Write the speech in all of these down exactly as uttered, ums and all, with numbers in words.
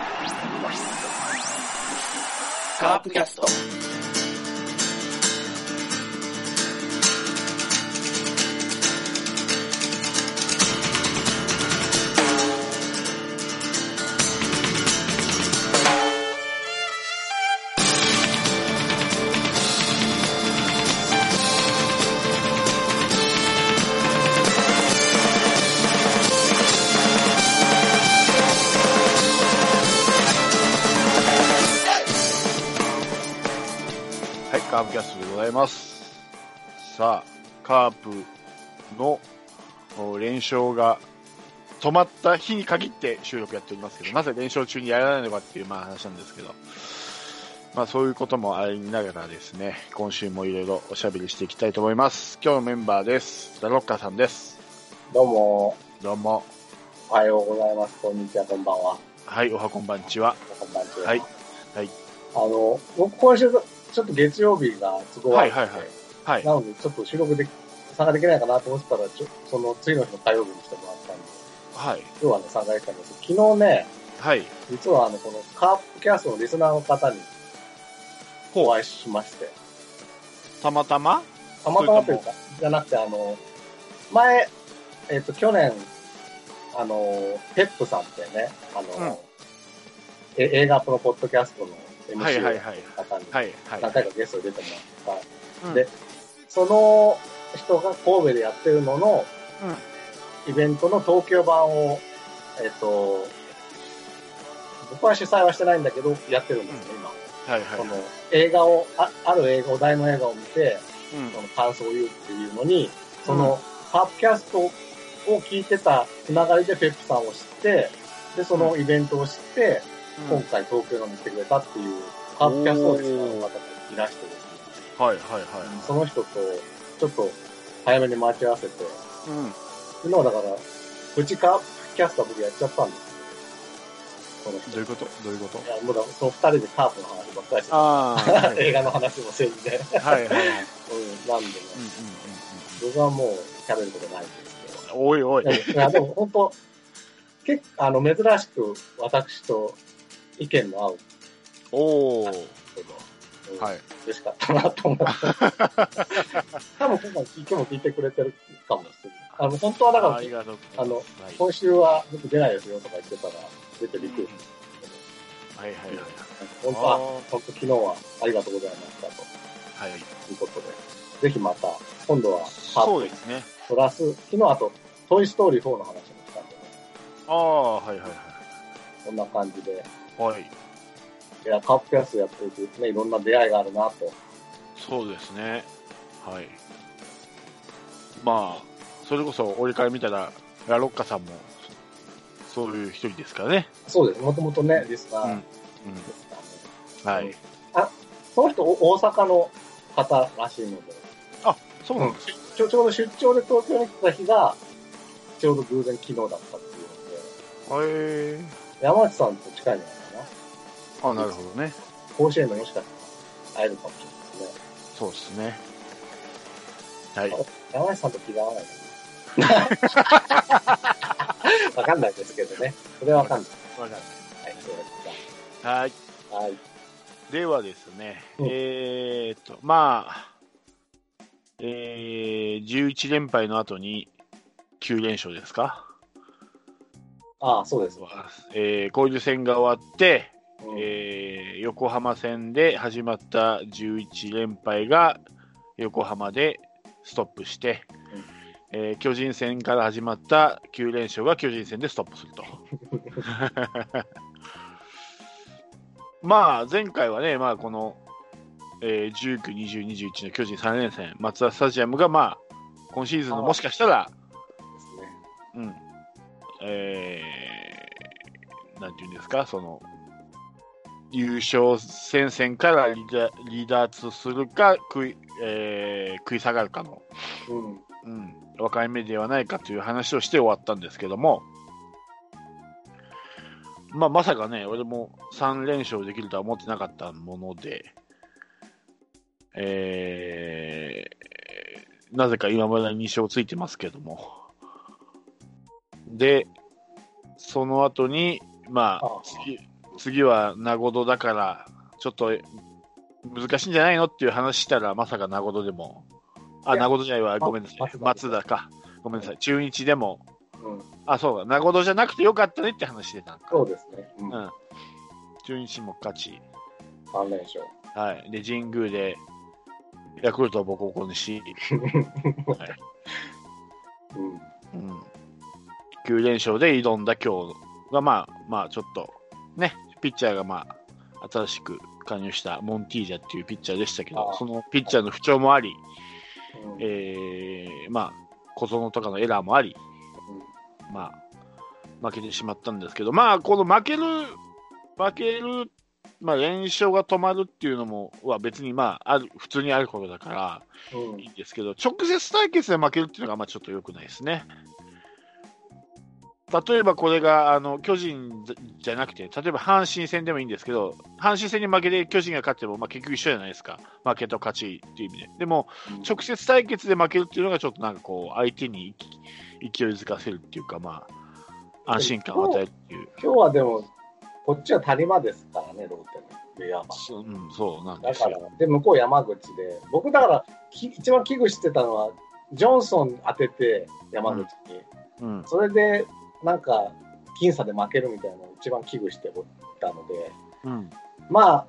カープキャスト。 カープキャストでございます。さあ、カープの連勝が止まった日に限って収録やっておりますけど、なぜ連勝中にやらないのかっていうまあ話なんですけど、まあそういうこともありながらですね、今週もいろいろおしゃべりしていきたいと思います。今日のメンバーです。ラロッカーさんです。 どうも。 どうも。 おはようございます。こんにちは、こんばんは。 はい、おはこんばんちは。 おはこんばんちは。 はい。はい。 あの、僕今週、ちょっと月曜日が都合悪くて、 はいはいはい。はい。 なので、ちょっと収録で参加できないかなと思ってたら、ちょその次の日の火曜日にしてもらったんで、 はい。 今日はね、参加できたんですけど、昨日ね、 はい。 実はあの、このカープキャストのリスナーの方にお会いしまして。 たまたまたまたまというか、じゃなくて、あの、前、えっと、去年、あの、ペップさんってね、あの、うん、え映画プロポッドキャストのエムシー の方に何回かゲストで出てもらった。で、その人が神戸でやってるのの、イベントの東京版を、えっと、僕は主催はしてないんだけど、やってるんですよ、今。はいはい。その映画を、あ、ある映画、お題の映画を見て、うん、その感想を言うっていうのに、その、カープキャストを聞いてたつながりでペップさんを知って、で、そのイベントを知って、うん、今回東京に来てくれたっていう、カープキャストをリスナーの方がいらしてですね。 はいはいはい。 その人と、ちょっと早めに待ち合わせて、うん。昨日だから、プチカープキャストは僕やっちゃったんですよ。その人。 どういうことどういうこといや、もうだ、その二人でカープの話ばっかりしてあ映画の話もせんで。 はいはいはい。うん、なんでね。 うんうんうんうん、僕はもう喋ることないんですけど。 おいおい。 いや、でも本当、結構、あの、珍しく私と意見の合う。 おー。 うん、はい。嬉しかったなと思って。多分今回聞いても聞いてくれてるかもしれない。あの、本当はだから、あ, あの、はい、今週は僕出ないですよとか言ってたら、出てびっくりしたんですけど。 はいはいはい。 本当は、本当昨日はありがとうございましたと。はい。いうことで。ぜひまた、今度は、 そうですね。 プラス、昨日あと、トイストーリーフォーの話もしたんでね。 ああ、はいはいはい。 こんな感じで。 はい。 いや、カープキャストやっていくね、いろんな出会いがあるなと。 そうですね。はい。まあ、それこそ、俺から見たら、ラロッカさんも、そういう一人ですからね。 そうです。もともとね、リスナー、うんうん、 はい。 あ、その人、大阪の方らしいので。 あ、そうなんですか、 うん、ちょ、ちょうど出張で東京に来た日が、ちょうど偶然昨日だったっていうので。 へー。 山内さんと近いんじゃないかな。 あ、なるほどね。 甲子園のもしかしたら会えるかもしれないですね。 そうですね。はい。 山内さんと気が合わないわかんないですけどね。それはわかんない。 わかんない。 はい、そうですか。はい。 はい。 ではですね、うん、えーっと、まあ、えー、じゅういち連敗の後にきゅう連勝ですか。 ああ、そうです。 えー、交流戦が終わって、うん、えー、横浜戦で始まったじゅういち連敗が横浜でストップして、うん、えー、巨人戦から始まったきゅう連勝が巨人戦でストップすると。まあ前回はね、まあこの、えー、じゅうきゅう、にじゅう、にじゅういちの巨人さん連戦、マツダスタジアムがまあ今シーズンのもしかしたら、うん、えー、なんていうんですか、その優勝戦線から離脱するか食い、えー、食い下がるかの、うんうん、分かれ目ではないかという話をして終わったんですけども、まあ、まさかね、俺もさん連勝できるとは思ってなかったもので、えー、なぜか今までにに勝ついてますけども、で、その後に、まあ、次次は名古屋だからちょっと難しいんじゃないのっていう話したら、まさか名古屋でも、あ、名古屋じゃないわ、ごめんなさい、松田か、ごめんなさい、中日でも、うん、あ、そうだ、名古屋じゃなくてよかったねって話してたんか。 そうですね。 うん。うん、中日も勝ち。 さん連勝。 はい。で、神宮で、ヤクルトをボコボコにし、はい。うん。うん。きゅう連勝で挑んだ今日が、まあ、まあ、ちょっと、ね、ピッチャーが、まあ、新しく加入したモンティージャっていうピッチャーでしたけど、そのピッチャーの不調もあり、うん、えー、まあ、小園とかのエラーもあり、うん、まあ、負けてしまったんですけど、まあ、この負ける、負ける、まあ、連勝が止まるっていうのもは別に、まあ、ある普通にあることだからいいんですけど、うん、直接対決で負けるっていうのがまあちょっと良くないですね。例えばこれがあの巨人じゃなくて、例えば阪神戦でもいいんですけど、阪神戦に負けて巨人が勝っても、まあ、結局一緒じゃないですか、負けと勝ちっていう意味で。でも、直接対決で負けるっていうのが、ちょっとなんかこう、相手に勢いづかせるっていうか、まあ、安心感を与えるっていう。 今日はでも、こっちは谷間ですからね、ローテの上山。 そう、うん、そうなんですよ。 だから、で、向こう山口で、僕だからき、一番危惧してたのは、ジョンソン当てて、山口に。うんうん、それで、なんか、僅差で負けるみたいなのを一番危惧しておったので、うん、ま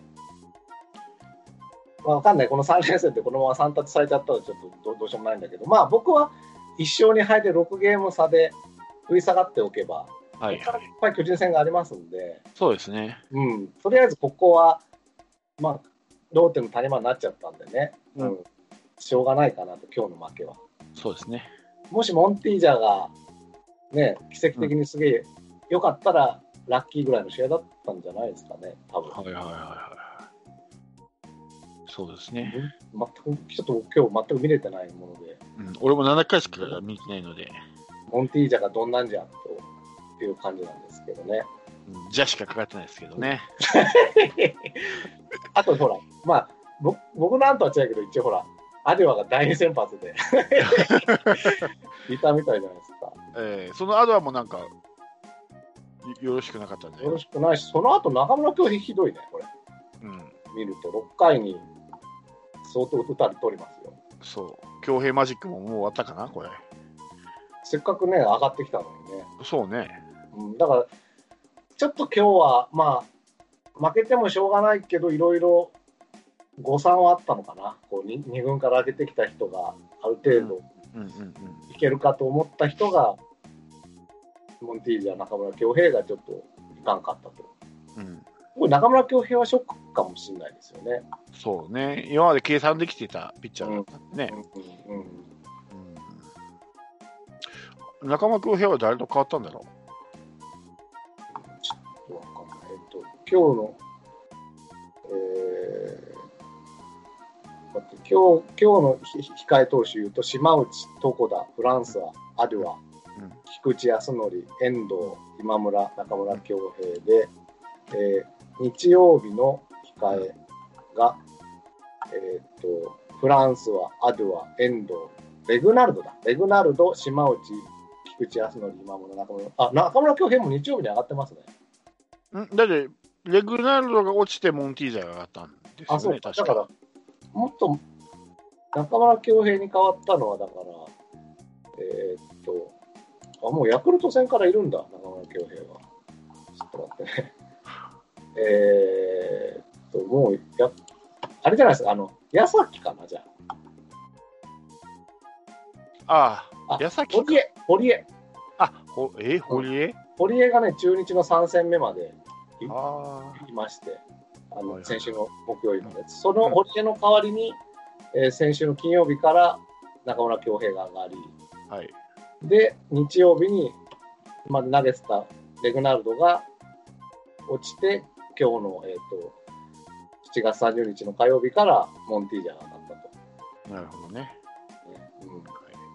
あ、わかんない。このさん連戦でこのままさん達されちゃったらちょっと ど, どうしようもないんだけど、まあ僕はいっ勝に敗でろくゲーム差で食い下がっておけば、はいはい、やっぱり巨人戦がありますんで、 そうですね。 うん。とりあえずここは、まあ、ローテの谷間になっちゃったんでね、うんうん、しょうがないかなと、今日の負けは。 そうですね。 もしモンティージャーが、ね、奇跡的にすげえ良かったら、うん、ラッキーぐらいの試合だったんじゃないですかね、多分。 はいはいはいはい。そうですね。 全くちょっと今日全く見れてないもので、 うん、俺もななかいしか見てないので、 モンティージャーがどんなんじゃんという感じなんですけどね。 うん、じゃしかかかってないですけどね。 あとほら、まあ僕僕なんとは違うけど、一応ほら、アデュアが第二先発でいたみたいじゃないですか。 えー、そのアドアもなんかよろしくなかったんで。 よろしくないし、その後中村恭平ひどいね、これ。うん、見るとろっかいに相当ふたり取りますよ。 そう。恭平マジックももう終わったかな、これ。 せっかくね、上がってきたのにね。 そうね。 うん、だから、ちょっと今日は、まあ、負けてもしょうがないけど、いろいろ誤算はあったのかな。こう 2, 2軍から上げてきた人がある程度いけるかと思った人が、モンティージャー、中村恭平がちょっといかんかったと。うん、これ中村恭平はショックかもしれないですよね。 そうね。今まで計算できてたピッチャーだったんでね。うんうんうんうん、中村恭平は誰と変わったんだろう。 ちょっとわかんない。えっと、今日の、えー、待って、今日、今日の控え投手言うと、島内、床田、フランスは、アドゥア、うん、菊池康則、遠藤、今村、中村恭平で、えー、日曜日の控えが、えー、っとフランスはアドゥア、遠藤、レグナルドだ。レグナルド、島内、菊池康則、今村、中村。あ、中村恭平も日曜日に上がってますね。 んだって、レグナルドが落ちてモンティージャーが上がったんですよね。 あ、そうか。確かだから、もっと中村恭平に変わったのは、だから、えー、っと、あ、もうヤクルト戦からいるんだ、中村恭平は。ちょっと待ってね。えー、っと、もうや、あれじゃないですか、あの、矢崎かな、じゃあ。ああ、矢崎か。 堀江、堀江。 あ、ほえ、堀江、うん、 堀江がね、中日のさん戦目まで い, いまして、あの、はいはい、先週の木曜日まで。その堀江の代わりに、うん、えー、先週の金曜日から中村恭平が上がり、はい、で、日曜日に、まで投げてたレグナルドが落ちて、今日の、えーと、しちがつさんじゅうにちの火曜日からモンティージャーが上がったと。 なるほどね。ね、うん、はい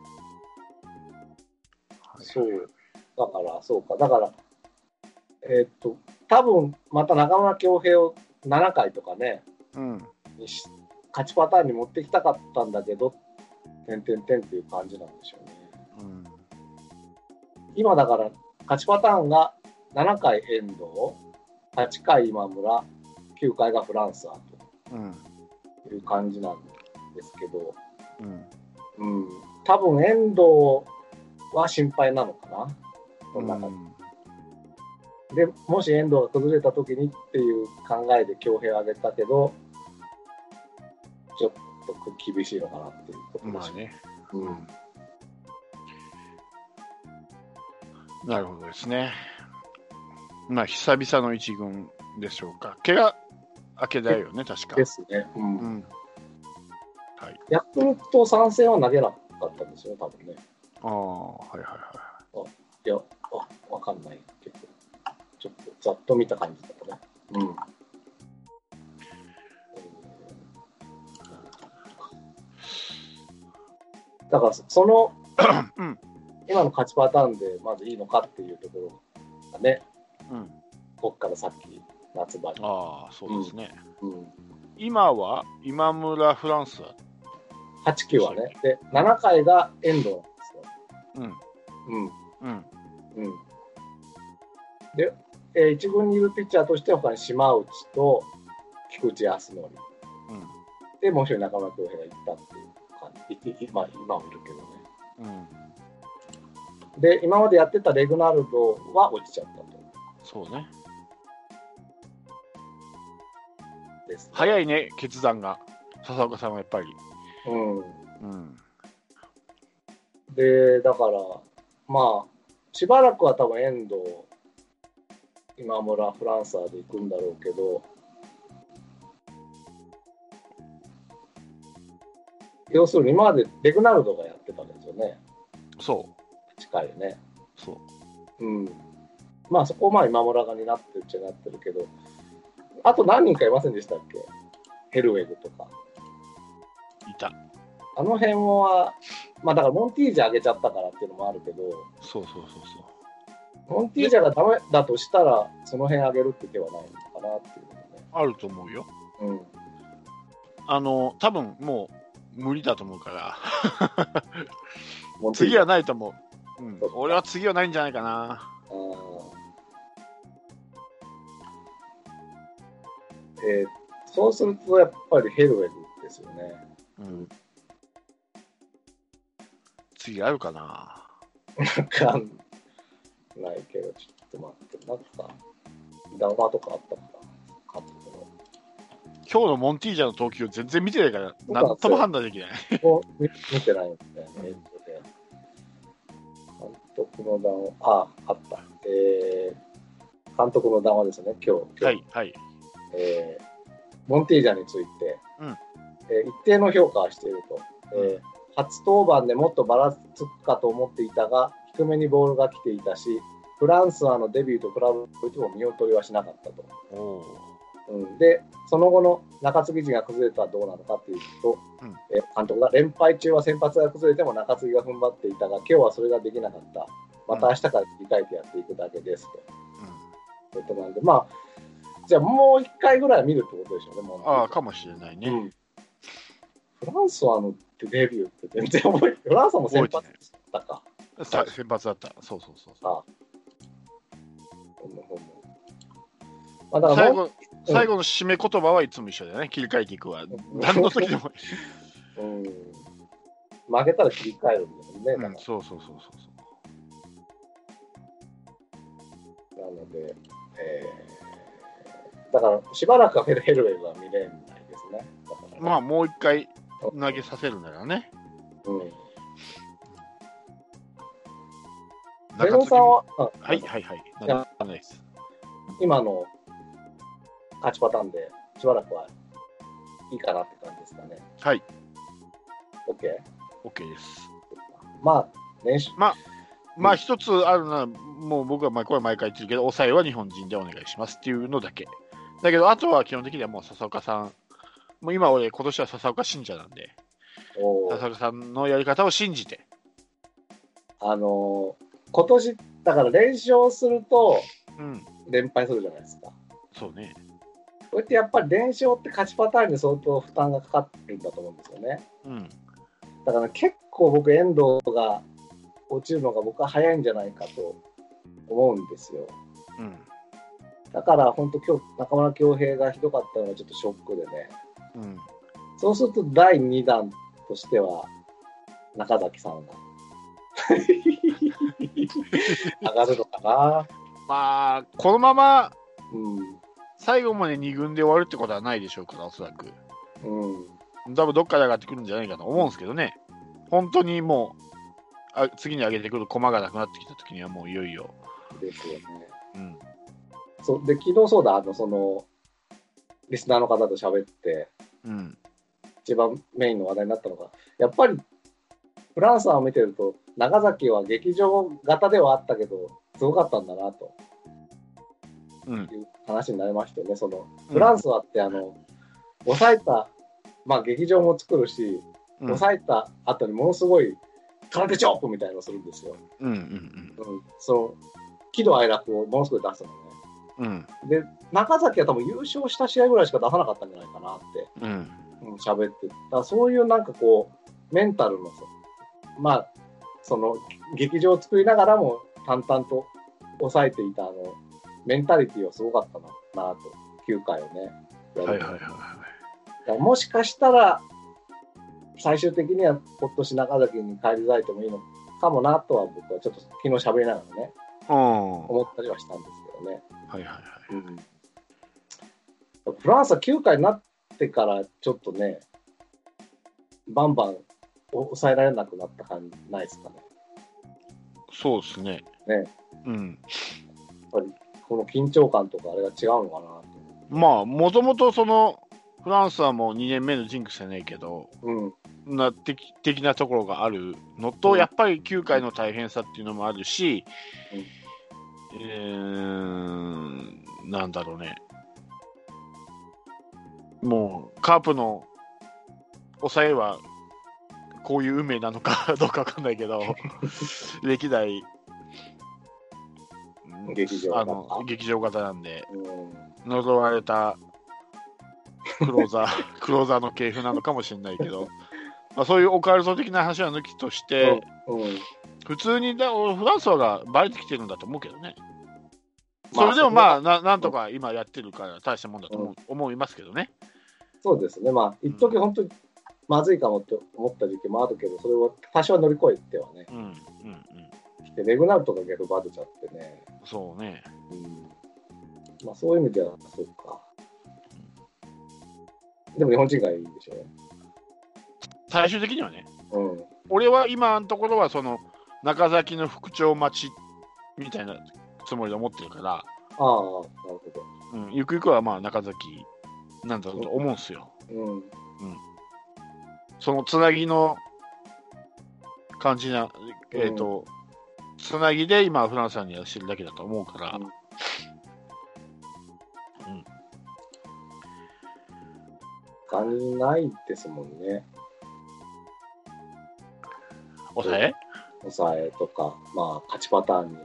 はい、そう、だから、そうか、だから、えっと、多分また中村恭平をななかいとかね、うん、にし勝ちパターンに持ってきたかったんだけど、てんてんてんっていう感じなんでしょうね。うん、今だから、勝ちパターンがななかい遠藤、 はちかい今村、きゅうかいがフランスアうん。 という感じなんですけど、 うん。 うん、多分遠藤は心配なのかな、その中で。 うん、 でもし遠藤が崩れた時にっていう考えで強兵を挙げたけど、ちょっと厳しいのかなっていうことです。 まあね。 うん。 なるほどですね。まあ久々の一軍でしょうか。怪我明けだよね、確か。 ですね。うん。うん、 はい。 ヤクルトさん戦は投げなかったんですよね、多分ね。 ああ、はいはいはい。 あ、いや、わ、わかんないけど、ちょっとざっと見た感じだったね。うん。だからその、うん、今の勝ちパターンでまずいいのかっていうところがね、うん、こっからさっき夏場に。 ああ、そうですね。うんうん、 今は今村フランスははち、きゅうはね。で、ななかいが遠藤なんですよ。 うん。うん。うん。 うん。で、えー、一軍にいるピッチャーとして他に島内と菊池康則。うん。で、もう一人中村恭平が行ったっていう感じ。今、今もいるけどね。うん。で、今までやってたレグナルドは落ちちゃったと。 そうね。 ですね。 早いね、決断が。笹岡さんはやっぱり。 うん。 うん。 で、だから、まあ、しばらくは多分遠藤、今村、フランサーで行くんだろうけど、要するに今までレグナルドがやってたんですよね。 そう。 近いよね。 そう。 うん。まあそこをまあ今村が担ってるっちゃなってるけど、あと何人かいませんでしたっけ？ヘルウェグとか。 いた。 あの辺は、まあだからモンティージャ上げちゃったからっていうのもあるけど、 そうそうそうそう。モンティージャがダメだとしたら、その辺上げるって手はないのかなっていうのね。 あると思うよ。 うん。 あの、多分もう無理だと思うから。次はないと思う。うん。俺は次はないんじゃないかな。 えー、そうするとやっぱりヘルウェグですよね。 うん。次あるかな。 わかんないけど、ちょっと待って、なんか、ダマとかあったかな。 今日のモンティージャの投球全然見てないから、なんとも判断できない。 見てないんだよね。監督の談話、あ、あった。えー、監督の談話ですね、今日。 はい、はい。 えー、モンティージャについて、 うんえー、一定の評価はしていると。えー、初登板でもっとばらつくかと思っていたが、低めにボールが来ていたし、フランスはのデビューと比べても見劣りはしなかったと。おうん、で、その後の中継ぎ陣が崩れたらどうなのかというと、うん、え監督が連敗中は先発が崩れても中継ぎが踏ん張っていたが、今日はそれができなかった。また明日から切り替えてやっていくだけですと。うん、ことなんで、まあ、じゃあもう一回ぐらい見るってことでしょうね、もう。 ああ、かもしれないね。うん、 フランスはあのデビューって全然覚えて、フランスはも先発だったか。 先発だった。そうそうそうそう。ああまあ、だから最後最後の締め言葉はいつも一緒だよね。切り替えていくわ。何の時でもうん。負けたら切り替えるんだよね。 うん、そうそうそうそうそう。なので、えー、だからしばらくはヘルウェグは見れないですね。だからね、 まあもう一回投げさせるならね。うん。 中継ぎさんは、 はいはいはい。なんです。 今の勝ちパターンでしばらくはいいかなって感じですかね。 はい。 OK？OK OK です。 まあ、練習。 まあ、まあ一つあるのは、もう僕はこれ毎回言ってるけど、抑えは日本人でお願いしますっていうのだけ。だけど、あとは基本的にはもう笹岡さん、もう今俺、今年は笹岡信者なんで、笹岡さんのやり方を信じて。 あのー、今年、だから連勝すると、連敗するじゃないですか。 うん、そうね。 こうやってやっぱり連勝って勝ちパターンに相当負担がかかるんだと思うんですよね。うん、だから結構僕遠藤が落ちるのが僕は早いんじゃないかと思うんですよ。うん、 だから本当今日中村恭平がひどかったのがちょっとショックでね、 うん、 そうするとだいにだんとしては中崎さんが上がるのかな。 まあこのままうん、 最後までに軍で終わるってことはないでしょうから、おそらく。 うん、 多分どっかで上がってくるんじゃないかと思うんですけどね。本当にもうあ次に上げてくる駒がなくなってきたときにはもういよいよ。 ですよね。 うん、 そうで昨日そうだあのそのリスナーの方と喋って、 うん、 一番メインの話題になったのがやっぱりフランスを見てると長崎は劇場型ではあったけどすごかったんだなという話になりましたよね。そのフランスはってあの抑えた、まあ、劇場も作るし、うん、抑えた後にものすごい空手チョップみたいなのをするんですよ。 うんうんうんうん、 その喜怒哀楽をものすごい出すのね。 うん、で中崎は多分優勝した試合ぐらいしか出さなかったんじゃないかなって、うんうん、喋ってた。そういうなんかこうメンタルのまあその劇場を作りながらも淡々と抑えていたあのメンタリティはすごかったな、なときゅうかいをね。 はいはいはいはい。 もしかしたら最終的には今年中崎に帰り咲いてもいいのかもなとは僕はちょっと昨日喋りながらね、うん、思ったりはしたんですけどね。 はいはいはい。 うん、フランスはきゅうかいになってからちょっとねバンバン抑えられなくなった感じないですかね。 そうですね。 ね、 うん。 やっぱりこの緊張感とかあれが違うのかなと。 まあもともとそのフランスはもうにねんめのジンクスじゃないけど、うん、な的的なところがあるのと、うん、やっぱりきゅうかいの大変さっていうのもあるし、うん、えー、なんだろうね、もうカープの抑えはこういう運命なのかどうかわかんないけど歴代劇場型あの劇場型なんで、うん、呪われたクローザークローザーの系譜なのかもしれないけどまあそういうオカルト的な話は抜きとして、うんうん、普通にだフランスがバレてきてるんだと思うけどね。それでもまあ な, なんとか今やってるから大したもんだと思う、うん、思いますけどね。 そうですね。まあ一時本当にまずいかもって思った時期もあるけど、それを多少乗り越えてはね、うんうんうん、でレグナルトが逆バテちゃってね。 そうね、うん、 まあそういう意味ではそうか。でも日本人がいいんでしょうね。 最終的にはね、 うん、 俺は今のところはその中崎の副長待ちみたいなつもりで思ってるから、ああ、なるほど。 うん、ゆくゆくはまあ中崎なんだろうと思うんですよ。うんうん、そのつなぎの感じな、えっ、ー、と、うん、つなぎで今フランスさんにやしてるだけだと思うから、うん。うん他にないですもんね。 抑え抑えとか、まあ、勝ちパターンに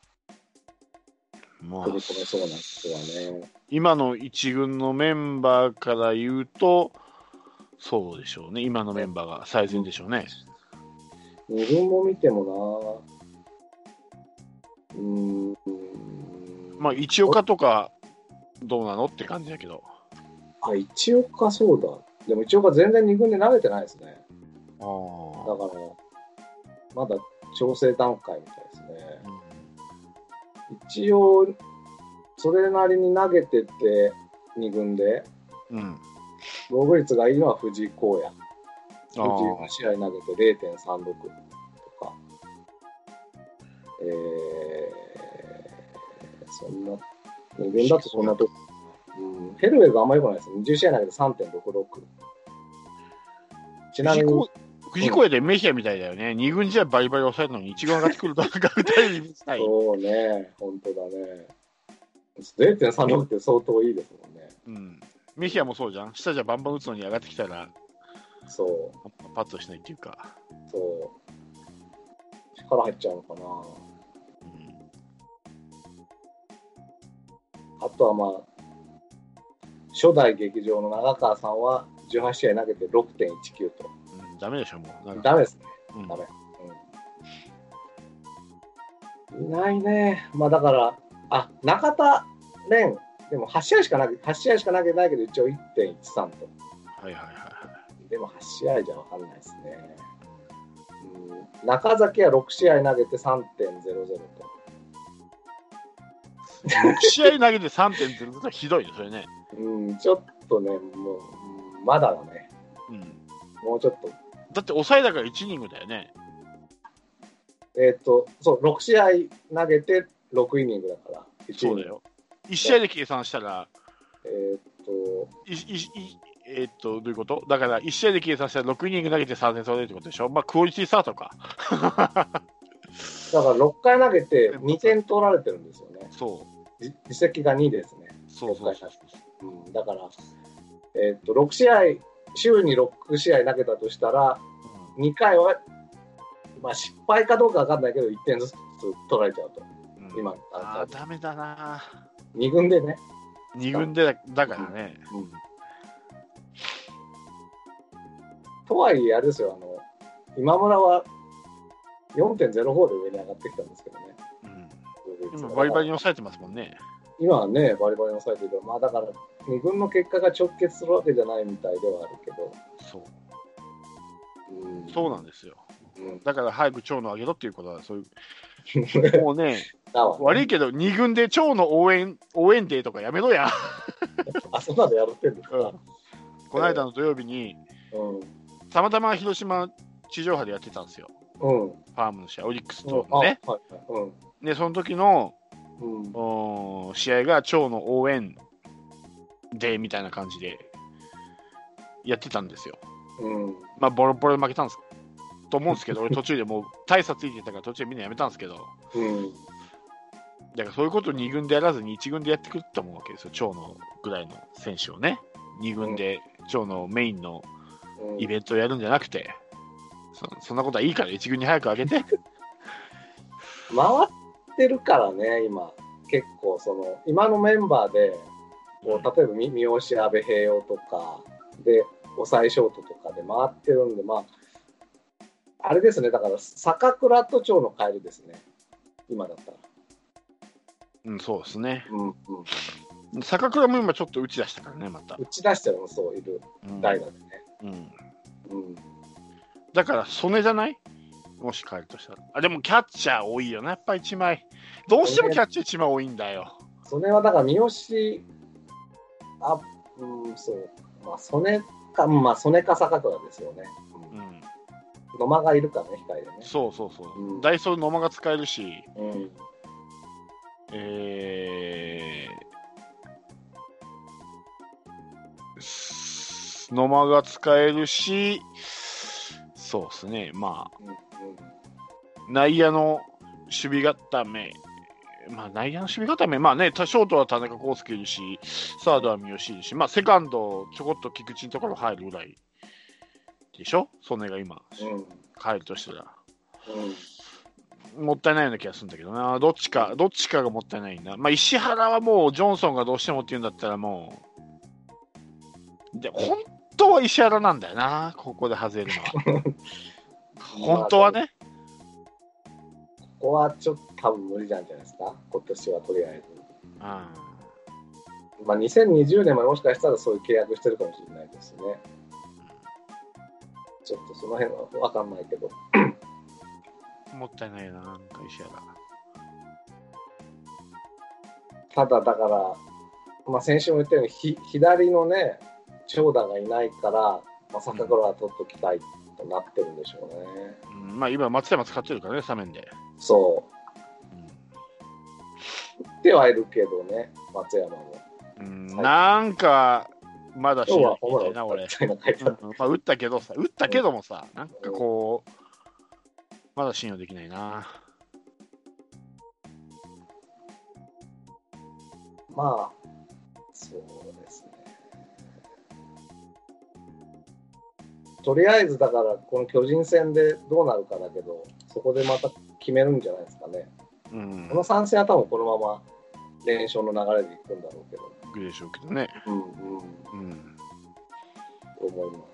組み込めそうな人はね。 今の一軍のメンバーから言うと、そうでしょうね。今のメンバーが最善でしょうね。 二軍も見てもな、うーん。 まあ、一岡とかどうなのって感じだけど。 あ、一岡そうだ。でも一岡全然二軍で投げてないですね。ああ。だから、まだ調整段階みたいですね。うん、一応、それなりに投げてて、二軍で。うん。防御率がいいのは藤井耕也。藤井が試合投げて れいてんさんろく とか。えー、そんな、二軍だとそんなとこ。うん、ヘルウェがあんまり良くないですね。にじゅう試合投げて さんてんろくろく。ちなみに。 藤子屋でメヒアみたいだよね。うん、に軍じゃバリバリ抑えるのにいち軍上がってくるとなんか打たれるみたい。 そうね、本当だね。れいてんさんろく って相当いいですもんね。 うん。メヒアもそうじゃん。下じゃバンバン打つのに上がってきたら、そう。パッとしないっていうか。 そう。力入っちゃうのかな。うん、あとはまあ、初代劇場の長川さんはじゅうはち試合投げて ろくてんいちきゅうと。 ダメでしょ、もう。 ダメですね。うん、ダメ、うん。いないね。まあだから、あ、中田蓮でもはち試合しかなく、はち試合しか投げてないけど、一応 いってんいちさん と。 はいはいはいはい。 でもはち試合じゃ分かんないですね。うん、中崎はろく試合投げて さんてんゼロゼロ と。 ろく試合投げて さんてんゼロゼロ ひどいですよね。 うん、ちょっとね、もう、うん、まだだね。 うん。 もうちょっと。 だって抑えだからいちイニングだよね。 えっ、ー、と、そう、ろく試合投げてろくイニングだから。 そうだよ。いち試合で計算したら、 えっ、ー、と、 いいいえー、っと、どういうことだからいち試合で計算したらろくイニング投げてさんてん取れるってことでしょ。まあ、クオリティスタートか。 だからろっかい投げてにてん取られてるんですよね。 そう。 実績がにですね。 そうそうそうそう。うん、だから、えっ、ー、と、ろく試合、週にろく試合投げたとしたら、うん、にかいは、まあ、失敗かどうか分かんないけど、いってんずつ取られちゃうと。うん、今、 ああ、ダメだな。 に軍でね。 に軍で だ, だからね。うんうん、 とはいえ、あれですよ、あの、今村は よんてんゼロご で上に上がってきたんですけどね。 うん、今、バリバリに抑えてますもんね。 今はね、バリバリに抑えてるけど、まあだから、に軍の結果が直結するわけじゃないみたいではあるけど。 そう。 うん、 そうなんですよ。うん、だから早く長野上げろっていうことは、そういう。もうね、悪いけど、に軍で長野応援、応援デーとかやめろや。 あ、そんなのやってんですか、うん、 この間の土曜日に、うん、たまたま広島地上波でやってたんですよ。うん、ファームの試合、オリックスとのね。うんはいはいうん、で、その時の、うん、試合が長野応援デーみたいな感じでやってたんですよ。うん、まあ、ボロボロで負けたんですと思うんですけど、俺途中でもう大差ついてたから途中でみんなやめたんですけど、うん、だからそういうことをに軍でやらずにいち軍でやってくると思うわけですよ、長野ぐらいの選手をね。に軍で長野メインのイベントをやるんじゃなくて、そ, そんなことはいいからいち軍に早く上げて。 回ってるからね、今。結構その、今のメンバーで、こう例えば三好、阿部平洋とかで、抑えショートとかで回ってるんで、まあ、あれですね、だから坂倉と長の帰りですね、今だったら。 うん、そうですね。うんうん、坂倉も今ちょっと打ち出したからね、また。 打ち出してるのそういる、代打でね。うんうんうん、だから曽根じゃない？もし帰るとしたら。あ、でもキャッチャー多いよな、やっぱりいちまい。どうしてもキャッチャーいちまい多いんだよ。 曽根はだから三好、あ、うん、そう、まあ、曽根か、まあ、曽根か坂倉ですよね。うん。野間がいるからね、控えでね。 そうそうそう。うん、ダイソー野間が使えるし、うん、えー、野間が使えるし、そうですね、まあ、うんうん、内野の守備固め、まあ、内野の守備固め、まあね、ショートは田中康介いるし、サードは三好いるし、まあ、セカンド、ちょこっと菊池のところ入るぐらいでしょ、曽根が今、うん、帰るとしたら、うん。もったいないような気がするんだけどな、どっちか、どっちかがもったいないな。まあ、石原はもう、ジョンソンがどうしてもって言うんだったら、もう、で本当は石原なんだよな、ここで外れるのは。本当はね。 ここはちょっと多分無理なんじゃないですか、今年はとりあえず。うん、まあ、にせんにじゅうねんまでもしかしたらそういう契約してるかもしれないですね。ちょっとその辺は分かんないけど。 もったいないな、なんか石原。 ただだから、まあ、先週も言ったようにひ左のね、長打がいないから、まあ、坂倉は取っときたいとなってるんでしょうね。 うん、まあ今、松山使ってるからね、スタメンで。 そう。うん、打ってはいるけどね、松山も。 うん、なんか、まだしないみたいな、俺。うん、まあ、打ったけどさ、打ったけどもさ、うん、なんかこう、まだ信用できないな。 まあ、そうですね。とりあえずだから、この巨人戦でどうなるかだけど、そこでまた決めるんじゃないですかね。うん、このさん戦は多分このまま連勝の流れでいくんだろうけど。 いくでしょうけどね。うんうん。うん。 と思います。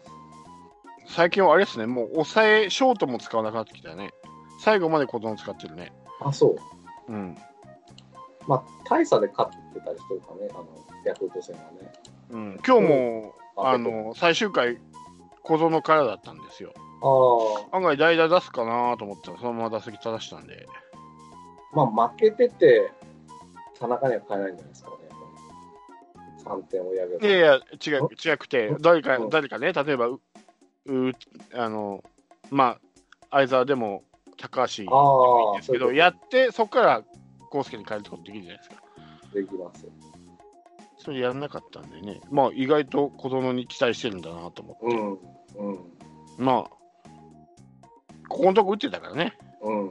最近はあれですね、もう抑え、ショートも使わなくなってきたよね。最後まで子供使ってるね。 あ、そう。 うん。 まあ、大差で勝ってたりしてるかね、あのヤクルト戦はね。 うん、今日も、うん、あの最終回、小園からだったんですよ。あ案外、代打出すかなと思ったら、そのまま打席正したんで。 まあ、負けてて、田中には変えないんじゃないですかね。さんてん追い上げる。 いやいや、違う、違くて、誰か、誰かね、例えば、う、うあの、まあ、相沢でも、高橋でもいいんですけど、やって、そこから康介に変えることできるじゃないですか。 できます。 それやらなかったんでね、まあ、意外と小園に期待してるんだなと思って。 うんうん、 まあ、ここのとこ打ってたからね。 うんうん、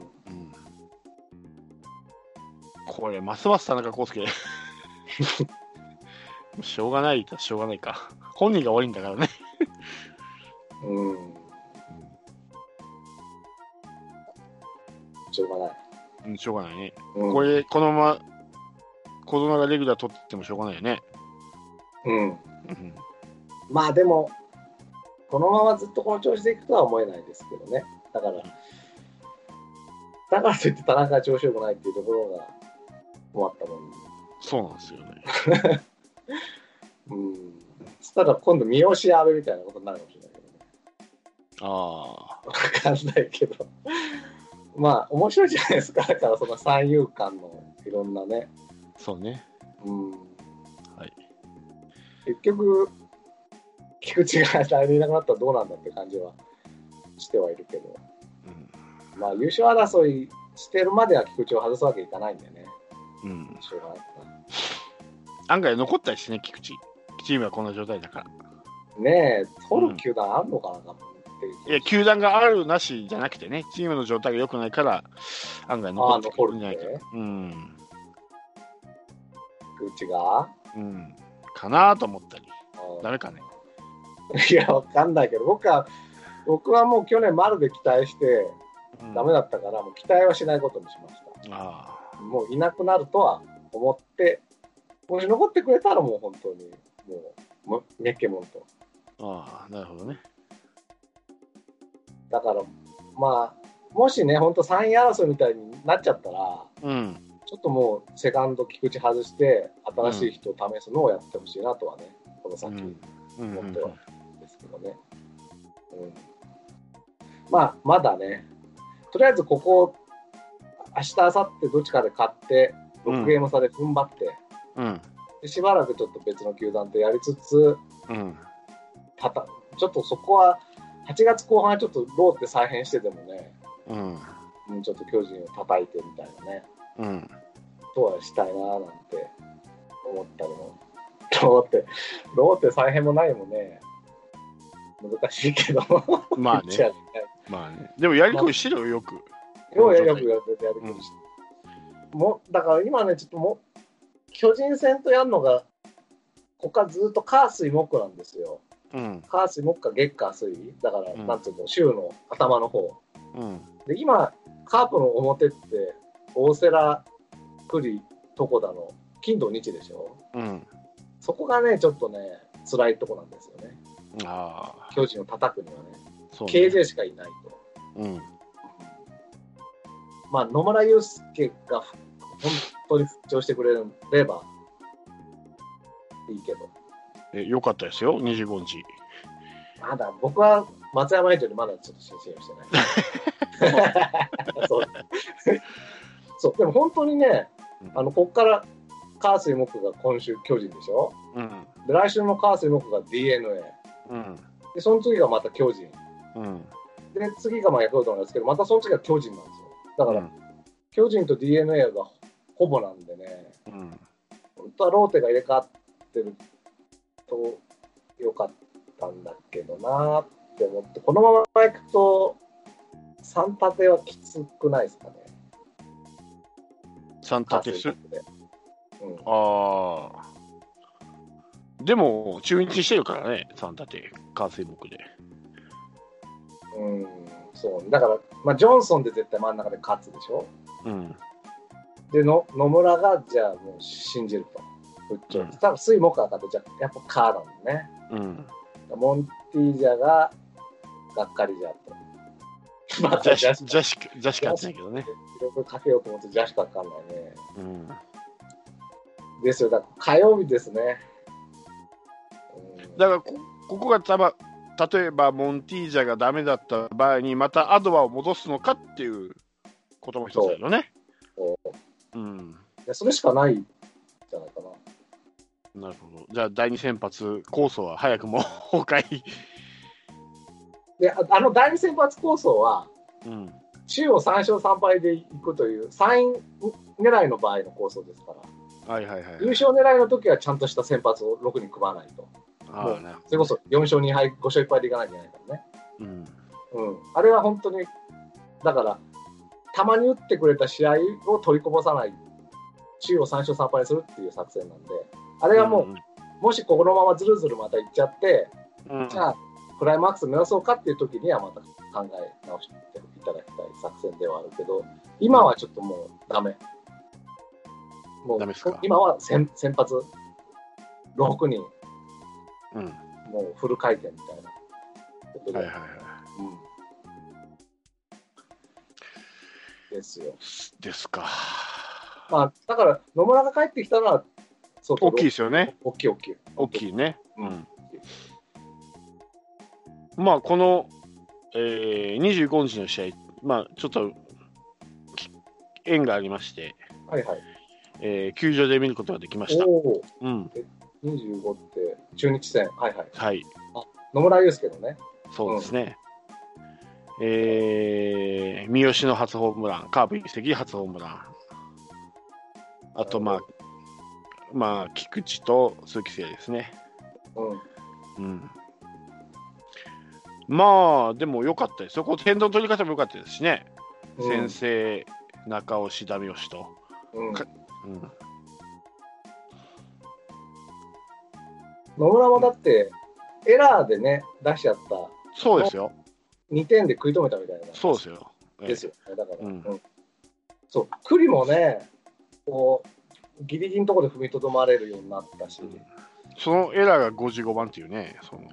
これ、ますます田中康介。しょうがないとしょうがないか。本人が悪いんだからね。 うん。しょうがない。 うん、しょうがないね。 うん、 これ、このまま小園がレギュラー取ってもしょうがないよね。 うん。 うん、 まあでも、このままずっとこの調子でいくとは思えないですけどね。だから、だからといって田中が調子よくないっていうところが困ったもん。 そうなんですよね。 うん。そしたら今度三好阿部みたいなことになるかもしれないけどね。 ああ。 わかんないけど。まあ、面白いじゃないですか。だからその三遊間のいろんなね。 そうね。 うん。 はい。 結局、菊池が来年いなくなったらどうなんだって感じはしてはいるけど。うん、まあ、優勝争いしてるまでは菊池を外すわけいかないんでね。 うん。 しょうがないかな。 案外残ったりしてね、菊池。チームはこんな状態だから。 ねえ、取る球団あるのかな、うん、っていう。 いや、球団があるなしじゃなくてね、チームの状態が良くないから、案外残ってくるんじゃないか。うん。 菊池がうん。かなと思ったり。ダメかね。 いや、わかんないけど、僕は、僕はもう去年丸で期待して、ダメだったから、もう期待はしないことにしました。あもういなくなるとは思って、もし残ってくれたらもう本当に、もう、メッケモンと。 ああ、なるほどね。 だから、まあ、もしね、本当さんい争いみたいになっちゃったら、うん、ちょっともう、セカンド菊池外して、新しい人を試すのをやってほしいなとはね、この先、思ってはですけどね。うん、まあ、まだね、とりあえずここ、明日、明後日どっちかで勝って、ろくゲーム差で踏ん張って、うん、でしばらくちょっと別の球団とやりつつ、うん、たたちょっとそこは、はちがつこう半はちょっとローって再編してでもね、うん、ちょっと巨人を叩いてみたいなね、うん、とはしたいななんて思ったりも、ローって、ローって再編もないもんね、難しいけど、 まあね、まあね、でもやりくりしてるよ、よく。 よくやるやりくりして、うん、もだから今ね、ちょっとも巨人戦とやるのが、ここからずっと火水木なんですよ。うん、火水木か月火水だから、うん、なんつうの、週の頭の方、うん、で今カープの表って大瀬良、栗、床田の金土日でしょ、うん、そこがねちょっとね辛いとこなんですよね。あ巨人を叩くにはね、ね ケージェー しかいないと、うん、まあ野村祐介が本当に復調してくれればいいけど、 えよかったですよ、にじゅうごにち。 まだ僕は松山以上にまだちょっと信心をしてない。そうそうでも本当にね、あのこっから火水木が今週巨人でしょ、うん、で来週の火水木が ディーエヌエー、うん、でその次がまた巨人、うん、で次がまあヤクルトなんですけど、またその次が巨人なんですよ。だから、うん、巨人と ディーエヌエー がほぼなんでね、うん、本当はローテが入れ替わってるとよかったんだけどなって思って、このままいくとさん立てはきつくないですかね。 さん立てする、うん、ああでも中日してるからね、さん立て火水木で。 うんそうだから、まあ、ジョンソンで絶対真ん中で勝つでしょ、うん、での野村がじゃあもう信じると復調、うん、多分水木が勝ってじゃあやっぱカーなんだね、うん、モンティージャががっかりじゃと、 まあ、ジャシジャシジャシ勝ってないけどね、 いろいろかけようと思ってジャシかかんないね、うん、 ですよ、だから火曜日ですね。うん、 だからこ、ここがたば例えばモンティージャがダメだった場合にまたアドバを戻すのかっていうことも一つだよね。 そう、 うん、 いやそれしかないんじゃないかな。 なるほど。じゃあだいに先発構想は早くも崩壊。 で、ああのだいに先発構想は、 うん、 中をさん勝さん敗でいくというさんい狙いの場合の構想ですから、 はいはいはい、 優勝狙いの時はちゃんとした先発をろくに組まないと。 あもうなるほどね、 それこそよん勝に敗、ご勝いっ敗でいかないといけないからね。 うんうん、あれは本当に、だから、たまに打ってくれた試合を取りこぼさない、中をさん勝さん敗するっていう作戦なんで、あれはもう、 うん、 もしこのままずるずるまたいっちゃって、 うん、 じゃあ、クライマックス目指そうかっていう時にはまた考え直していただきたい作戦ではあるけど、今はちょっともうダメ。もう今は 先, 先発ろくにん、 うん、 もうフル回転みたいなことで、 はいはいはい、 うん、ですよ。 ですか。 まあだから野村が帰ってきたのは大きいですよね。 大きい大きい大きいね。 うん。 まあこの、えー、にじゅうごにちの試合、まあちょっと縁がありまして、 はいはい、 えー、球場で見ることができました。 お、 うん、 にじゅうごって中日戦、はいはい、 はい、 あ野村祐介のね、 そうですね、うん、えー、三好の初ホームラン、カープ移籍初ホームラン、あとまあまあ菊池と鈴木誠也ですね。うん、うん、まあでも良かったですよ。こ点の取り方も良かったですしね、うん、先制中押しダメ押しと、うんうん、 野村もだってエラーでね出しちゃった、 そうですよ、 にてんで食い止めたみたいな、 そうですよ、 ですよね、だから、 うんうん、そう栗もねこうギリギリのところで踏みとどまれるようになったし、うん、 そのエラーがごじゅうごばんっていうね、その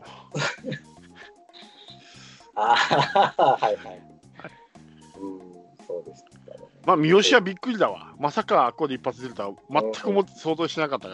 ああはいはい、はい、うん、そうですね。 まあ三好はびっくりだわ。まさかここで一発出るとは全くも想像しなかったから。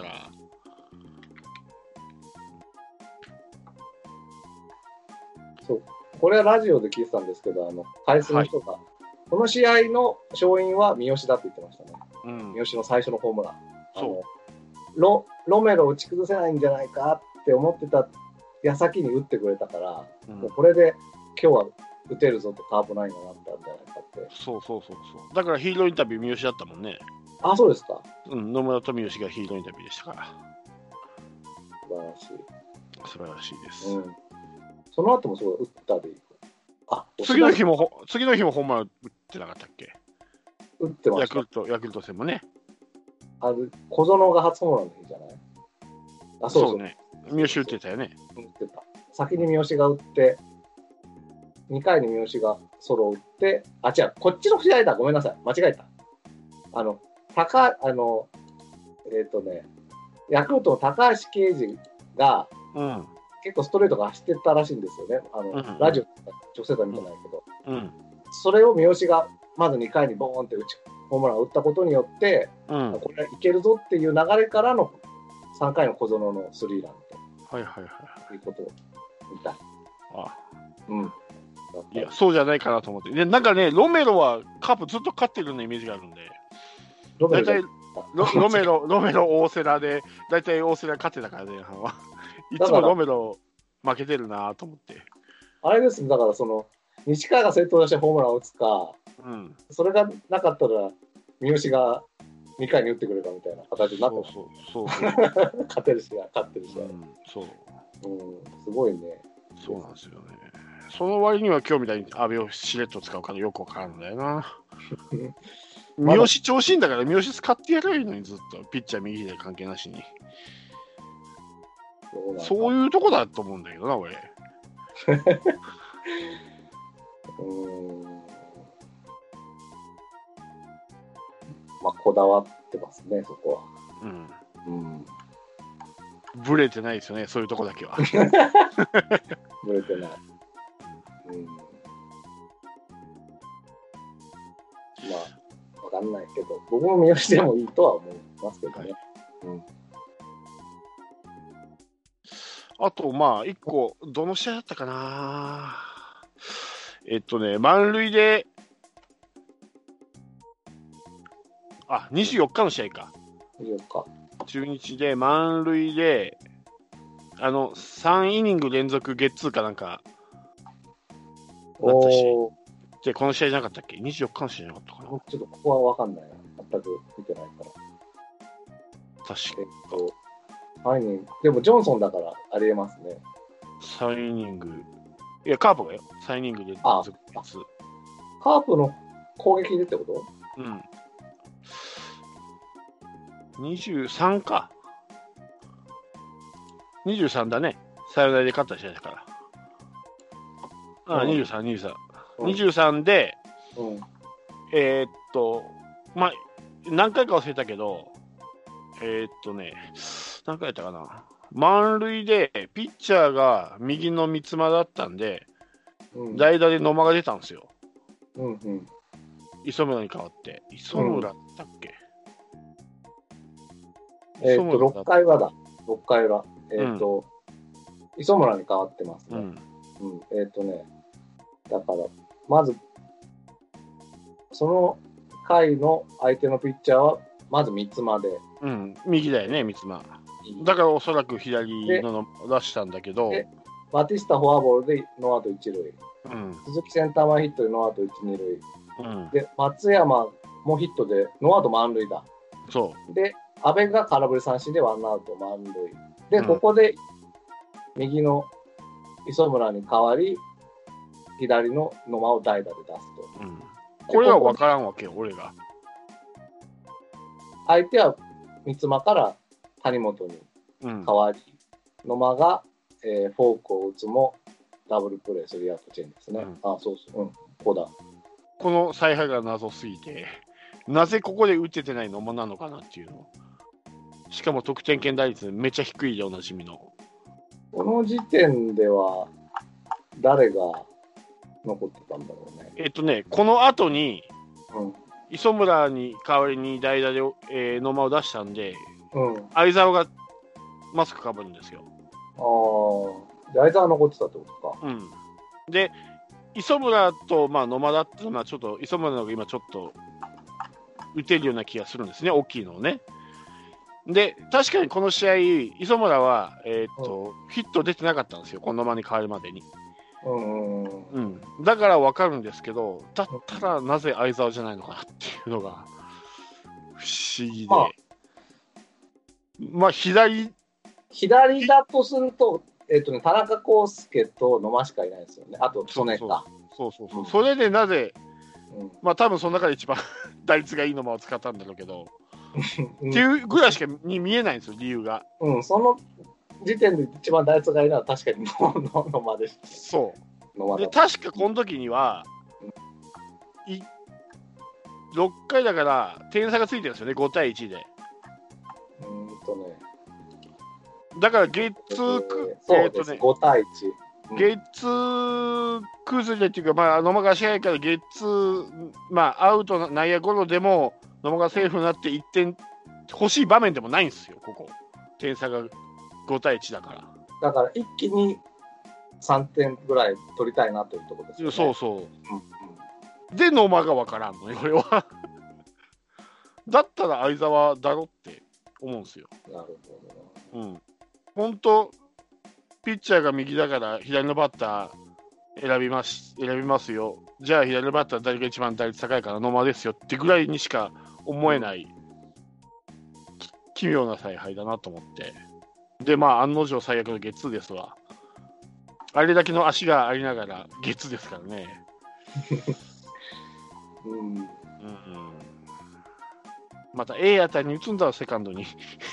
そう、これはラジオで聞いてたんですけど、あの解説の人が、はい、この試合の勝因は三好だって言ってましたね。うん、三好の最初のホームラン。そうロロメロを打ち崩せないんじゃないかって思ってた矢先に打ってくれたから、うん、もうこれで今日は打てるぞとカープナインがなったんじゃないかって。 そうそうそうそう。だからヒーローインタビュー三好だったもんね。 あ、そうですか。 うん、野村と三好がヒーローインタビューでしたから。 素晴らしい。 素晴らしいです。 うん、その後もそう打ったでいい。 あ、次の日も次の日もホームラン打ってなかったっけ？ 打ってました。 ヤクルトヤクルト戦もね。 あれ小園が初ホームランの日じゃない？あ、そうそう、 そうね。三好打ってたよね。 打ってた。先に三好が打って、にかいに三好がソロを打って、あ、違う、こっちの試合だ。ごめんなさい。間違えた。あの、高、あの、えっとね、ヤクルトの高橋奎二が、うん、結構ストレートが走ってたらしいんですよね。あの、うんうん、ラジオ直接は見てないけど、うん、それを三好がまずにかいにボーンって打ちホームランを打ったことによって、うん、これはいけるぞっていう流れからのさんかいの小園のスリーランと、はいはいはい、いうことを見た。あ、 うん。いや、そうじゃないかなと思って。で、なんかね、ロメロはカープずっと勝ってるようなイメージがあるんで、大体ロ, ロメロ、ロメロ、大瀬良で、大体大瀬良勝ってたからね、いつもロメロ負けてるなと思って。 あれですね、だからその、西川が先頭出してホームランを打つか、うん、それがなかったら、三好がにかいに打ってくれたみたいな形になってます。そうそうそうそう勝てる試合、勝ってる試合。うん、そう。うん、すごいね。 そうなんですよね。その割には今日みたいに阿部をしれっと使うからよくわかるんだよな。三好調子いいんだから三好使ってやればいいのにずっとピッチャー右左関係なしに。そう, そういうとこだと思うんだけどな俺。 うーん、まあこだわってますねそこは。うん。 うん。ブレてないですよねそういうとこだけは。 ブレてない。うん。まあわかんないけど僕も三好でもいいとは思いますけどね。 うん。 あと、まあ、いっこ、どの試合だったかな。えっとね、満塁で、あ、にじゅうよっかの試合か。 にじゅうよっか。 中日で満塁で、あの、さんイニング連続ゲッツーかなんか、なったし。 おー。 で、この試合じゃなかったっけ ?にじゅうよっかの試合じゃなかったかな。 ちょっとここはわかんないな。全く見てないから。 確えっと、さんイニング。でもジョンソンだからありえますね。 さんイニング。いや、カープがよ。さんイニングで連続ゲッツー。 カープの攻撃でってこと？ うん。にじゅうさんか。にじゅうさんだね。サヨナラで勝った試合だから。ああ、 うん、 にじゅうさん、にじゅうさん。 うん、 にじゅうさんで、 うん、 えー、っと、まあ、何回か忘れたけど、えー、っとね、何回やったかな。満塁で、ピッチャーが右の三つ間だったんで、 うん、 代打で野間が出たんですよ。 うん、うん。 磯村に代わって。磯村だったっけ、 うん、えー、っと、ろっかい裏だ。ろっかい裏。えー、っと、うん、磯村に変わってますね。うん。うん、えー、っとね、だから、まず、その回の相手のピッチャーは、まず三つ間で。 うん、右だよね、三つ間。だからおそらく左の出したんだけど、 バティスタフォアボールでノーアウト一塁、 うん、 鈴木センター前ヒットでノーアウト一、二塁、 うん、 で松山もヒットでノーアウト満塁だ。 そうで、阿部が空振り三振でワンアウト満塁。で、うん、ここで右の磯村に代わり、左の野間を代打で出すと。 うん、これは分からんわけよ、俺が。 相手は三つ間から谷本に代わり、うん、野間が、えー、フォークを打つもダブルプレースリーアウトチェンジですね。うん、あ、そうそう、うん、ここだ。 この采配が謎すぎて、なぜここで打ててない野間なのかなっていうの。しかも得点圏打率めっちゃ低いでおなじみの。 この時点では誰が残ってたんだろうね。 えっとね、この後に、 うん、 磯村に代わりに代打で、えー、野間を出したんで、 うん、 相澤がマスクかぶるんですよ。 ああ、で相澤残ってたってことか。 うん。で、磯村と、まあ、野間だったら、ちょっと磯村の方が今ちょっと打てるような気がするんですね、大きいのをね。で、確かにこの試合、磯村は、えーっとうん、ヒット出てなかったんですよ、この野間に変わるまでに。 うんうん、だから分かるんですけど、だったらなぜ相澤じゃないのかなっていうのが不思議で、まあ、まあ、左左だとすると、えっとね、田中康介と野間しかいないですよね、あと曽根か。 そうそうそう、うん、それでなぜ、うん、まあ多分その中で一番打率がいい野間を使ったんだろうけど、うん、っていうぐらいしかに見えないんですよ、理由が。 うん、その時点で一番打率がいいのは確かに野間です。 そうで、確かこの時には、うん、いろっかいだから点差がついてるんですよね、ごたいいちで。 うんとね、 だからゲッツーク、 えー、そうです、ね、ごたいいち。 うん、ゲッツー崩れっていうか、まあ、野間が試合からゲッツー、まあ、アウト内野ゴロでも野間がセーフになっていってん欲しい場面でもないんですよ、ここ。点差がごたいいちだから。 だから一気にさんてんぐらい取りたいなというところですよね。 そうそう。うんうん、で、野間が分からんのよ、これは。だったら相澤だろって思うんですよ。 なるほど、ね。 うん。本当、ピッチャーが右だから左のバッター選びます、選びますよ。じゃあ左のバッター誰が一番打率高いから野間ですよってぐらいにしか思えない、うん、奇妙な采配だなと思って。で、まあ、案の定最悪のゲッツーですわ。あれだけの足がありながらゲッツーですからね。 うん。うんうん、 また A あたりに打つんだろ、セカンドに。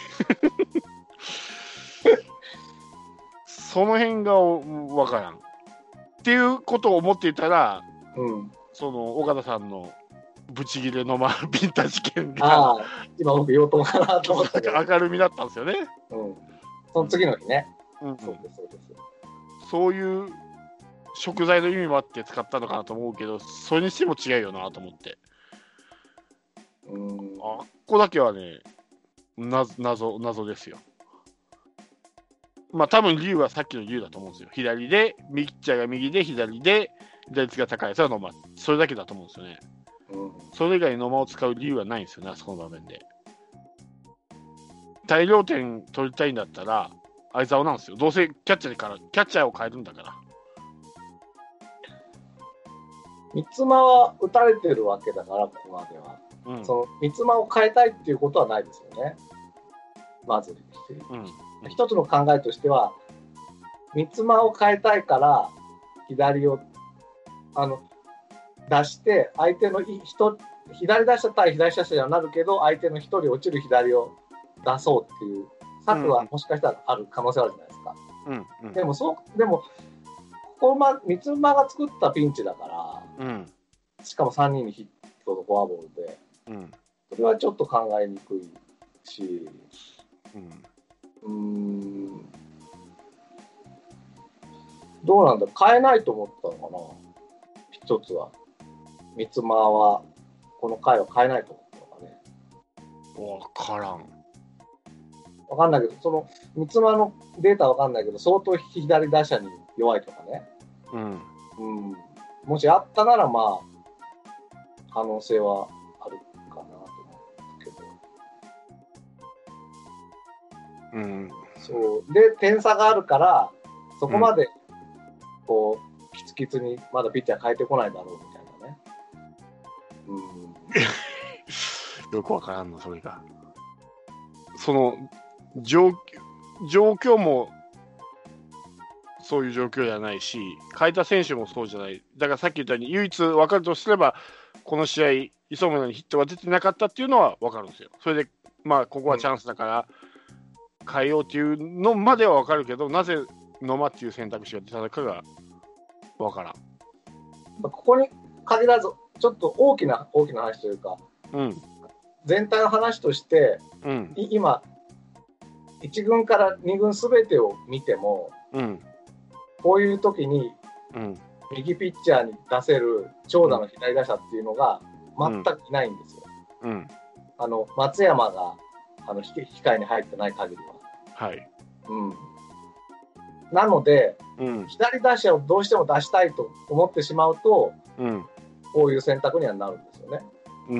その辺が分からん。っていうことを思っていたら、うん、その岡田さんのブチギレの、まあ、ビンタ事件が、 あ今僕言おうと思ったなと思ったけど明るみだったんですよね。 うん、その次の日ね。 うん、 そうですそうです。 そういう食材の意味もあって使ったのかなと思うけど、それにしても違うよなと思って。うん、あっこだけはね、 謎謎謎ですよ。まあ多分龍はさっきの龍だと思うんですよ。左で、右ピッチャーが右で、左で、打率が高いやつは野間。それだけだと思うんですよね。うん、それ以外に野間を使う理由はないんですよね、あそこの場面で。大量点取りたいんだったら、相澤なんですよ。どうせキャッチャーから、キャッチャーを変えるんだから。 三つ間は打たれてるわけだから、ここまでは。うん、その三つ間を変えたいっていうことはないですよね。まず、うん、一つの考えとしては、三つ間を変えたいから、左をあの出して、相手の人、左打者対左打者にはなるけど、相手の一人落ちる左を出そうっていう策はもしかしたらある可能性あるじゃないですか。うんうん、でもそう、でも、ここま、三つ間が作ったピンチだから、うん、しかもさんにんにヒットとフォアボールで、うん、それはちょっと考えにくいし、うん、うーん、どうなんだ、変えないと思ったのかな、一つは。三つ間は、この回は変えないと思ったのかね。 わからん。 わかんないけど、その三つ間のデータはわかんないけど、相当左打者に弱いとかね。うん。うん、もしあったなら、まあ、可能性はあるかなと思うけど。うん。そう。で、点差があるから、そこまで、こう、うん、キツキツにまだピッチャー変えてこないだろうみたいなね。 うん。よくわからんの、それが。その、状、状況も、そういう状況じゃないし、変えた選手もそうじゃない。だからさっき言ったように、唯一分かるとすれば、この試合、磯村にヒットが出てなかったっていうのは分かるんですよ。それで、まあ、ここはチャンスだから、変えようっていうのまでは分かるけど、なぜ野間っていう選択肢が出たのかが分からん。 ここに限らず、ちょっと大きな、大きな話というか、うん、全体の話として、うん、今、いち軍からに軍すべてを見ても、うん、こういう時に、うん、右ピッチャーに出せる長打の左打者っていうのが全くいないんですよ。うん、あの松山があの控えに入ってない限りは。はい。うん、なので、うん、左打者をどうしても出したいと思ってしまうと、うん、こういう選択にはなるんですよね。うん。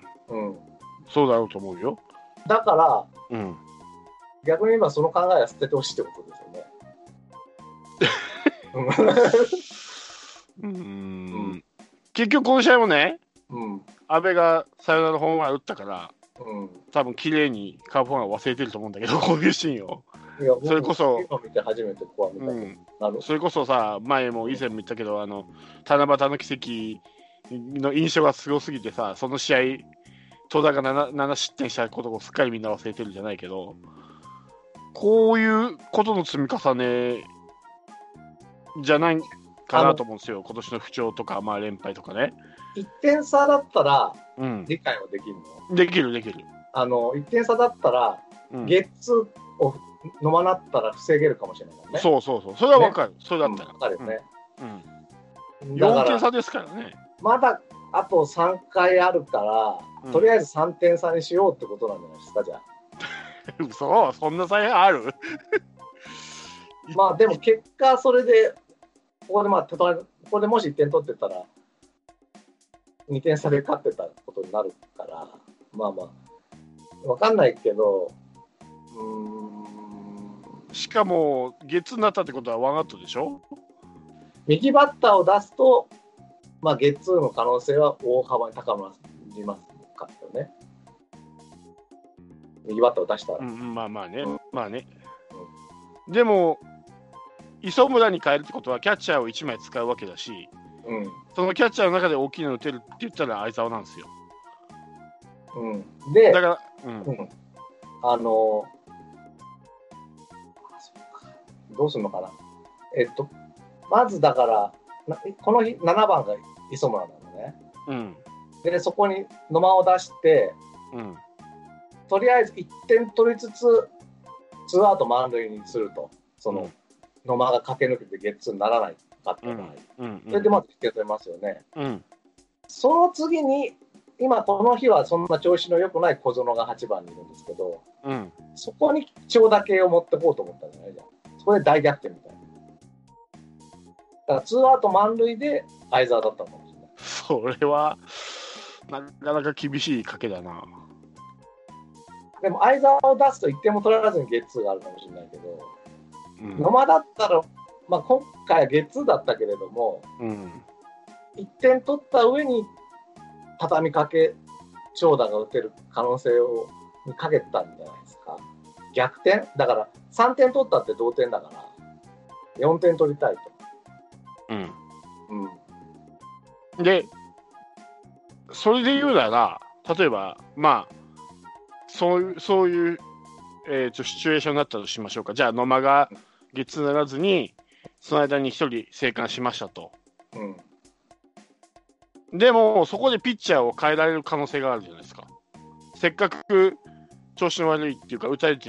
うん、そうだろうと思うよ。 だから、うん、逆に言えばその考えは捨ててほしいってことですよね。 うん、うん、結局この試合もね、うん、阿部がサヨナラホームラン打ったから、うん、多分綺麗にカープファンは忘れてると思うんだけど、こういうシーンを。いや、それこそ今見て初めてこう見た、うん、 なるそれこそさ、前も以前も言ったけど、あの七夕の奇跡の印象がすごすぎてさ、その試合戸田が 7, 7失点したことをすっかりみんな忘れてるじゃないけど、こういうことの積み重ねじゃないかなと思うんですよ。今年の不調とか、まあ、連敗とかね。 いってん差だったら理解はできるの、 うん、できるできる。 あのいってん差だったら、うん、ゲッツーを飲まなったら防げるかもしれないからね。 そうそうそう、それは分かる、ね、それだったら、 うん、分かるよね、 うんうん、よんてん差ですからね。 まだあとさんかいあるから、うん、とりあえずさんてん差にしようってことなんじゃないですか、じゃあ。 嘘、そんな差あるまあでも結果それでここでまあここでもしいってん取ってたらにてん差で勝ってたことになるから、まあまあ分かんないけど、うーん、しかもゲッツーになったってことはワンアウトでしょ。 右バッターを出すと、まあ、ゲッツーの可能性は大幅に高まりますかよね。右バッターを出したら、うん、 まあまあね、うん、まあね、うん、でも磯村に変えるってことはキャッチャーをいちまい使うわけだし、うん、そのキャッチャーの中で大きいの打てるって言ったら相澤なんですよ。 うん、で、だから、うんうん、あのどうするのかな。えっとまずだからこの日ななばんが磯村なのね。うん、でそこに野間を出して、うん、とりあえずいってん取りつつツーアウト満塁にすると、その、うん、野間が駆け抜けてゲッツーにならないかった場合、うんうんうん、それでまずいってん取れますよね、うん、その次に今この日はそんな調子の良くない小園がはちばんにいるんですけど、 うん、 そこに長打系を持ってこうと思ったんじゃないじゃん。そこで大逆転みたいな。だからツーアウト満塁で相澤だったのかもしれない。 それはなかなか厳しい賭けだな。 でも相澤を出すといってんも取らずにゲッツーがあるかもしれないけど、うん、野間だったら、まあ、今回はゲッツーだったけれども、うん、いってん取った上に畳みかけ長打が打てる可能性をにかけたんじゃないですか。逆転だからさんてん取ったって同点だからよんてん取りたいと。 うんうん、でそれで言うなら例えばまあそういうそういう、えー、とシチュエーションになったとしましょうか。じゃあ野間がゲッツーならずにその間にひとり生還しましたと、うん、でもそこでピッチャーを変えられる可能性があるじゃないですか。せっかく調子の悪いっていうか打たれて